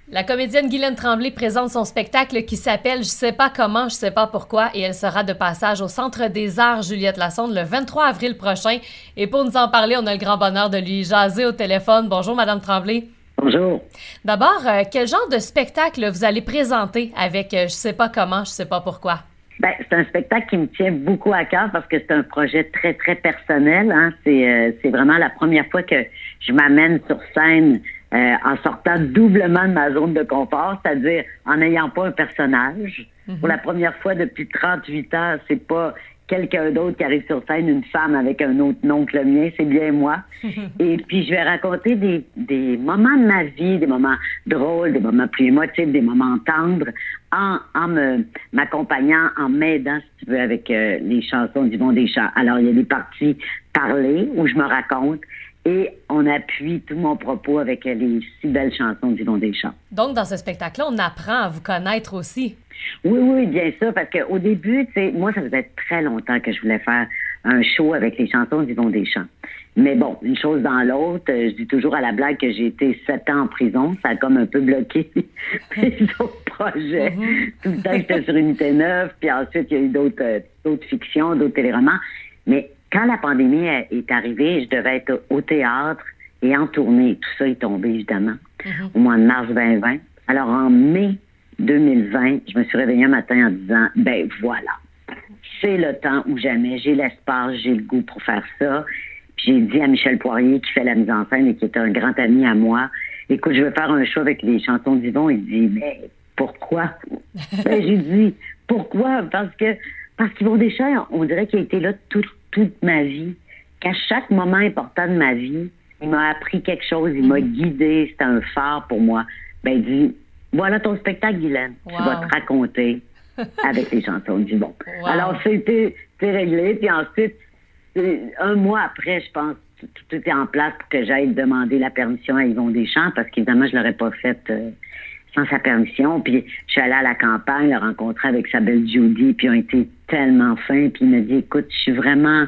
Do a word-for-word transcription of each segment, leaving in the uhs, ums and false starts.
La comédienne Guylaine Tremblay présente son spectacle qui s'appelle « Je sais pas comment, je sais pas pourquoi » et elle sera de passage au Centre des Arts Juliette Lassonde le vingt-trois avril prochain. Et pour nous en parler, on a le grand bonheur de lui jaser au téléphone. Bonjour, Madame Tremblay. Bonjour. D'abord, euh, quel genre de spectacle vous allez présenter avec euh, « Je sais pas comment, je sais pas pourquoi » ? Ben, c'est un spectacle qui me tient beaucoup à cœur parce que c'est un projet très, très personnel. Hein. C'est, euh, c'est vraiment la première fois que je m'amène sur scène euh, en sortant doublement de ma zone de confort, c'est-à-dire en n'ayant pas un personnage. Mm-hmm. Pour la première fois depuis trente-huit ans, c'est pas quelqu'un d'autre qui arrive sur scène, une femme avec un autre nom que le mien, c'est bien moi. Et puis, je vais raconter des, des moments de ma vie, des moments drôles, des moments plus émotifs, des moments tendres, en, en me, m'accompagnant, en m'aidant, si tu veux, avec euh, les chansons d'Yvon Deschamps. Alors, il y a des parties parlées où je me raconte et on appuie tout mon propos avec euh, les si belles chansons d'Yvon Deschamps. Donc, dans ce spectacle-là, on apprend à vous connaître aussi. Oui, oui, bien sûr, parce qu'au début, tu sais, moi, ça faisait très longtemps que je voulais faire un show avec les chansons d'Yvon Deschamps. Mais bon, une chose dans l'autre, je dis toujours à la blague que j'ai été sept ans en prison. Ça a comme un peu bloqué mes autres projets. Mm-hmm. Tout le temps, j'étais sur Unité neuf, puis ensuite, il y a eu d'autres, euh, d'autres fictions, d'autres téléromans. Mais quand la pandémie est arrivée, je devais être au théâtre et en tournée. Tout ça est tombé, évidemment, mm-hmm. au mois de mars vingt vingt. Alors, en mai deux mille vingt, je me suis réveillée un matin en disant, ben voilà, c'est le temps ou jamais, j'ai l'espace, j'ai le goût pour faire ça. Puis j'ai dit à Michel Poirier, qui fait la mise en scène et qui est un grand ami à moi, écoute, je veux faire un show avec les chansons d'Yvon. Il dit, mais pourquoi? Ben, j'ai dit, pourquoi? Parce que, parce qu'Yvon Deschamps, on dirait qu'il a été là toute, toute ma vie, qu'à chaque moment important de ma vie, il m'a appris quelque chose, il m'a guidé, c'était un phare pour moi. Ben, il dit, voilà ton spectacle, Guylaine. Wow. Tu vas te raconter avec les chansons d'Yvon. Wow. Alors, c'était, c'était réglé. Puis ensuite, un mois après, je pense, tout, tout était en place pour que j'aille demander la permission à Yvon Deschamps, parce qu'évidemment, je ne l'aurais pas faite euh, sans sa permission. Puis, je suis allée à la campagne, le rencontrer avec sa belle Judy, puis ils ont été tellement fins. Puis, il m'a dit, écoute, je suis vraiment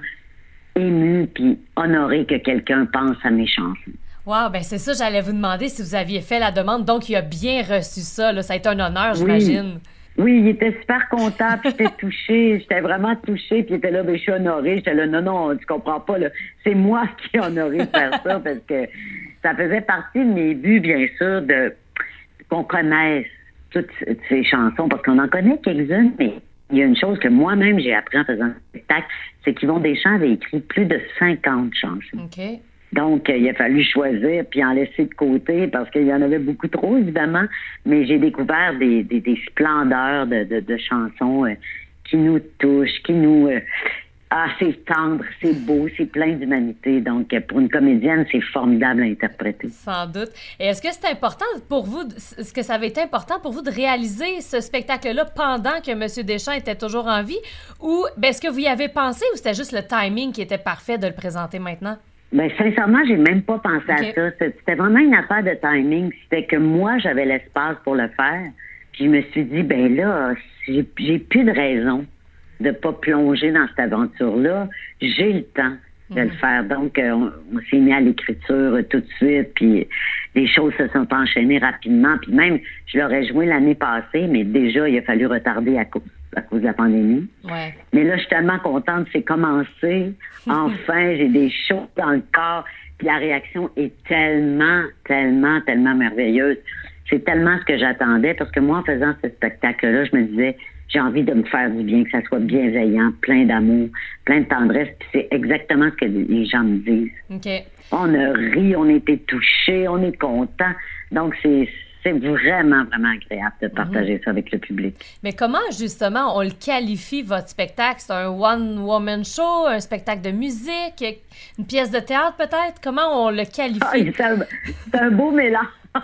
émue puis honorée que quelqu'un pense à mes chansons. Wow, ben c'est ça, j'allais vous demander si vous aviez fait la demande. Donc, il a bien reçu ça. Là. Ça a été un honneur, j'imagine. Oui, oui, il était super content, puis j'étais touchée. J'étais vraiment touchée, puis il était là, ben, je suis honorée. J'étais là, non, non, tu comprends pas, là. C'est moi qui est honorée de faire ça, parce que ça faisait partie de mes buts, bien sûr, de qu'on connaisse toutes ces chansons, parce qu'on en connaît quelques-unes, mais il y a une chose que moi-même j'ai appris en faisant le spectacle, c'est qu'Yvon Deschamps avait écrit plus de cinquante chansons. OK. Donc, euh, il a fallu choisir puis en laisser de côté parce qu'il y en avait beaucoup trop, évidemment. Mais j'ai découvert des, des, des splendeurs de, de, de chansons euh, qui nous touchent, qui nous... Euh, ah, c'est tendre, c'est beau, c'est plein d'humanité. Donc, euh, pour une comédienne, c'est formidable à interpréter. Sans doute. Et est-ce que c'est important pour vous, est-ce que ça avait été important pour vous de réaliser ce spectacle-là pendant que M. Deschamps était toujours en vie? Ou ben, est-ce que vous y avez pensé ou c'était juste le timing qui était parfait de le présenter maintenant? Ben sincèrement, j'ai même pas pensé okay. à ça. C'était vraiment une affaire de timing. C'était que moi, j'avais l'espace pour le faire. Puis je me suis dit, ben là, j'ai, j'ai plus de raison de pas plonger dans cette aventure-là. J'ai le temps de mm-hmm. le faire. Donc, euh, on, on s'est mis à l'écriture euh, tout de suite. Puis les choses se sont enchaînées rapidement. Puis même, je l'aurais joué l'année passée, mais déjà, il a fallu retarder à cause. à cause de la pandémie. Ouais. Mais là, je suis tellement contente, c'est commencé. Enfin, j'ai des choses dans le corps. Puis la réaction est tellement, tellement, tellement merveilleuse. C'est tellement ce que j'attendais, parce que moi, en faisant ce spectacle-là, je me disais, j'ai envie de me faire du bien, que ça soit bienveillant, plein d'amour, plein de tendresse. Puis c'est exactement ce que les gens me disent. Okay. On a ri, on a été touchés, on est contents. Donc, c'est... C'est vraiment, vraiment agréable de partager mmh. ça avec le public. Mais comment, justement, on le qualifie, votre spectacle? C'est un one-woman show, un spectacle de musique, une pièce de théâtre, peut-être? Comment on le qualifie? Ah, c'est, un, c'est un beau mélange.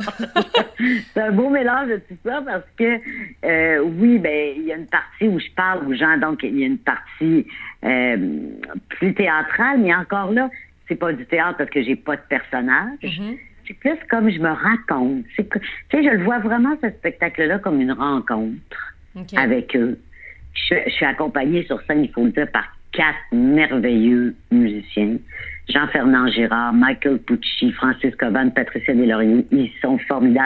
C'est un beau mélange de tout ça parce que, euh, oui, ben il y a une partie où je parle aux gens, donc il y a une partie euh, plus théâtrale, mais encore là, c'est pas du théâtre parce que j'ai pas de personnage. Mmh. C'est plus comme je me raconte. C'est que, tu sais, je le vois vraiment, ce spectacle-là, comme une rencontre okay. avec eux. Je, je suis accompagnée sur scène, il faut le dire, par quatre merveilleux musiciens. Jean-Fernand Girard, Michael Pucci, Francis Coban, Patricia Deslauriers. Ils sont formidables.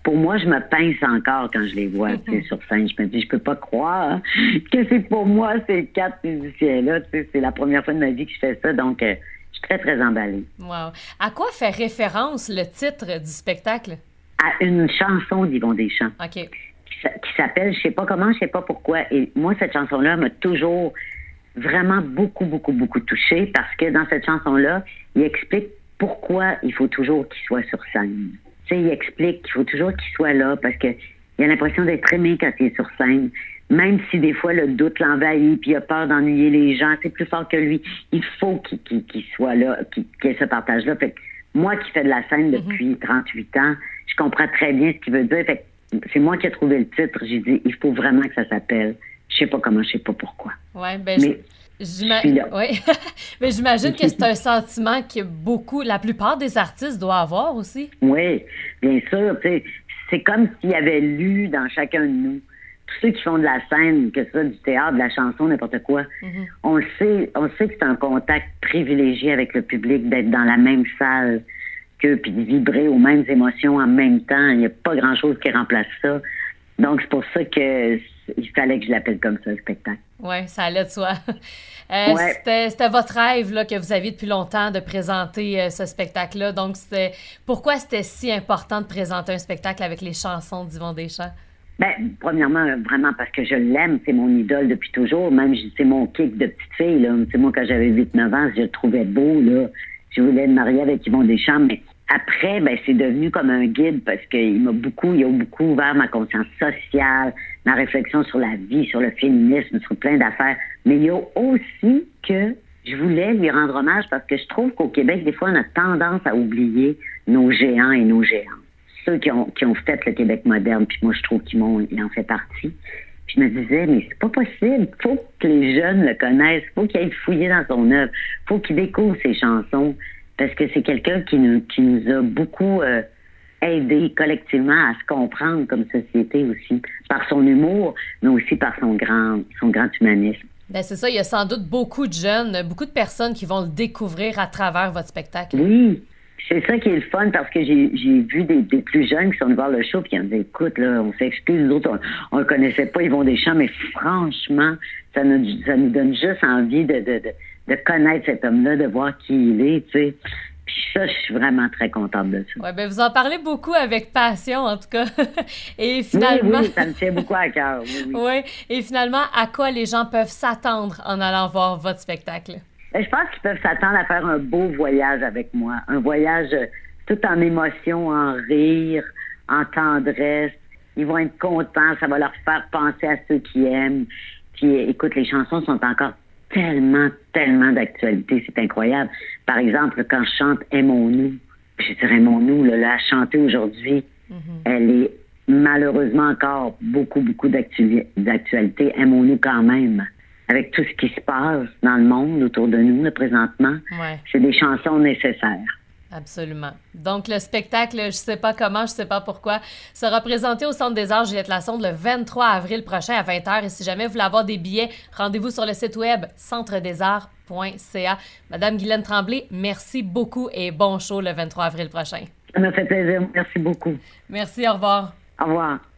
pour moi, je me pince encore quand je les vois mm-hmm. sur scène. Je me dis, je peux pas croire que c'est pour moi ces quatre musiciens-là. C'est la première fois de ma vie que je fais ça, donc euh, je suis très, très emballée. Wow. À quoi fait référence le titre du spectacle? À une chanson d'Yvon Deschamps. OK. Qui, qui s'appelle Je sais pas comment, je sais pas pourquoi. Et moi, cette chanson-là m'a toujours vraiment beaucoup, beaucoup, beaucoup touchée parce que dans cette chanson-là, il explique pourquoi il faut toujours qu'il soit sur scène. Tu sais, il explique qu'il faut toujours qu'il soit là parce que il a l'impression d'être aimé quand il est sur scène. Même si des fois le doute l'envahit puis il a peur d'ennuyer les gens, c'est plus fort que lui. Il faut qu'il, qu'il, qu'il soit là, qu'il, qu'il y ait ce partage-là. Fait que moi qui fais de la scène depuis mm-hmm. trente-huit ans, je comprends très bien ce qu'il veut dire. Fait que c'est moi qui ai trouvé le titre. J'ai dit, il faut vraiment que ça s'appelle. Je sais pas comment, je sais pas pourquoi. Ouais, ben Mais j'imagine, ouais. Mais j'imagine que c'est un sentiment que beaucoup, la plupart des artistes doivent avoir aussi. Oui, bien sûr. C'est comme s'il y avait lu dans chacun de nous. Tous ceux qui font de la scène, que ce soit du théâtre, de la chanson, n'importe quoi, mm-hmm. on le sait, on sait que c'est un contact privilégié avec le public, d'être dans la même salle qu'eux, puis de vibrer aux mêmes émotions en même temps. Il n'y a pas grand-chose qui remplace ça. Donc, c'est pour ça que il fallait que je l'appelle comme ça, le spectacle. Oui, ça allait de soi. Euh, ouais. c'était, c'était votre rêve là, que vous aviez depuis longtemps de présenter euh, ce spectacle-là. Donc, c'était pourquoi c'était si important de présenter un spectacle avec les chansons d'Yvon Deschamps? Bien, premièrement, vraiment parce que je l'aime. C'est mon idole depuis toujours. Même, c'est mon kick de petite fille. Là. C'est moi, quand j'avais huit neuf ans, je le trouvais beau. Là. Je voulais me marier avec Yvon Deschamps, mais après, ben, c'est devenu comme un guide parce qu'il m'a beaucoup, il a beaucoup ouvert ma conscience sociale, ma réflexion sur la vie, sur le féminisme, sur plein d'affaires. Mais il y a aussi que je voulais lui rendre hommage parce que je trouve qu'au Québec, des fois, on a tendance à oublier nos géants et nos géantes. Ceux qui ont, qui ont fait le Québec moderne, puis moi, je trouve qu'il en fait partie. Puis je me disais, mais c'est pas possible. Il faut que les jeunes le connaissent. Il faut qu'ils aillent fouiller dans son œuvre. Il faut qu'ils découvrent ses chansons. Parce que c'est quelqu'un qui nous, qui nous a beaucoup euh, aidés collectivement à se comprendre comme société aussi, par son humour, mais aussi par son grand, son grand humanisme. Bien, c'est ça, il y a sans doute beaucoup de jeunes, beaucoup de personnes qui vont le découvrir à travers votre spectacle. Oui, c'est ça qui est le fun, parce que j'ai, j'ai vu des, des plus jeunes qui sont venus voir le show, puis qui ont dit, écoute, là, on s'excuse, nous autres, on ne le connaissait pas, Yvon Deschamps, mais franchement, ça nous, ça nous donne juste envie de... de, de de connaître cet homme-là, de voir qui il est, tu sais. Puis ça, je suis vraiment très contente de ça. Oui, bien, vous en parlez beaucoup avec passion, en tout cas. Et finalement... Oui, oui, ça me tient beaucoup à cœur, oui, oui. Oui, et finalement, à quoi les gens peuvent s'attendre en allant voir votre spectacle? Bien, je pense qu'ils peuvent s'attendre à faire un beau voyage avec moi. Un voyage tout en émotion, en rire, en tendresse. Ils vont être contents, ça va leur faire penser à ceux qui aiment. Puis, écoute, les chansons sont encore tellement, tellement d'actualité, c'est incroyable. Par exemple, quand je chante « Aimons-nous », je dirais « Aimons-nous », là, là, à chanter aujourd'hui, mm-hmm. elle est malheureusement encore beaucoup, beaucoup d'actu- d'actualité. Aimons-nous quand même. Avec tout ce qui se passe dans le monde autour de nous, là, présentement, ouais. C'est des chansons nécessaires. Absolument. Donc, le spectacle, je sais pas comment, je sais pas pourquoi, sera présenté au Centre des Arts Juliette Lassonde le vingt-trois avril prochain à vingt heures. Et si jamais vous voulez avoir des billets, rendez-vous sur le site web centre des arts point c a. Madame Guylaine Tremblay, merci beaucoup et bon show le vingt-trois avril prochain. Ça m'a fait plaisir. Merci beaucoup. Merci, au revoir. Au revoir.